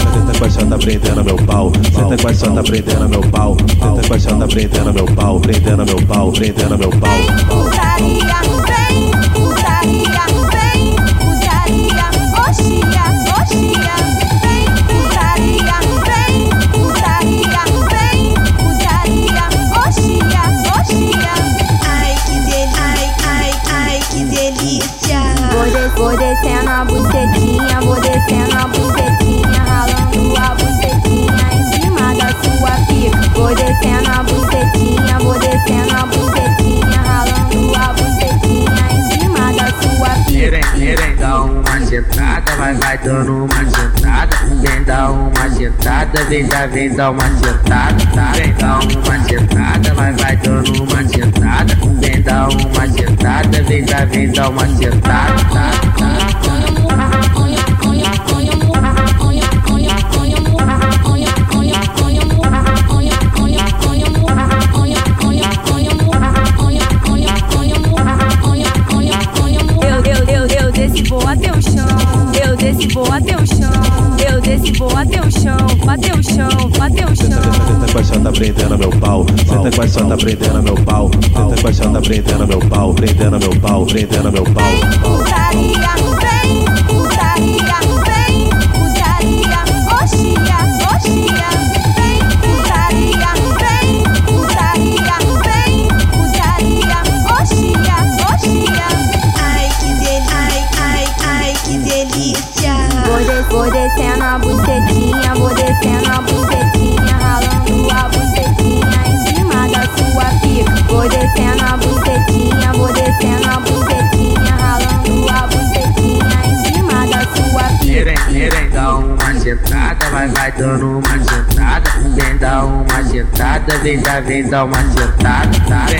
Senta com a chata prendendo meu pau. Senta com a chata prendendo meu pau. Senta com a chata prendendo meu pau. Prendendo meu pau, prendendo meu pau. Putaria, vem, putaria, vem, putaria, oxia, oxia. Vem, putaria, vem, putaria, vem, putaria, oxia, oxia. Ai que delícia. Vou descendo a bucetinha, vou descendo a bucetinha, ralando a bucetinha em cima da sua pica. Vou descendo a bucetinha, vou descendo a bucetinha, ralando a bucetinha em cima da sua pica. Vem dar uma sentada, vai dando uma sentada. Vem dar uma sentada, vem dar uma sentada. Vem dar uma sentada, vai dando uma sentada. Vem dar uma sentada, vem dar uma sentada. Eu desci, vou até o chão. Eu desci, vou até o chão. Eu desci, vou até o chão. Bateu o chão, bateu o chão. Senta com a chata prendendo meu pau. Senta com a chata prendendo meu pau. Senta com a chata prendendo meu pau. Prendendo meu pau, prendendo meu pau. Putaria, vem, putaria, vem, putaria, oxia, oxia. Vem, putaria, vem, putaria, vem, putaria, oxia, oxia. Ai que delícia. Vou descendo a bucetinha, vou descendo a bucetinha, ralando a bucetinha em cima da sua pica. Vou descendo a bucetinha, vou descendo a bucetinha, ralando a bucetinha em cima da sua pica. Vem dar uma sentada, vai dando uma sentada. Vem dar uma sentada, vem dar uma sentada.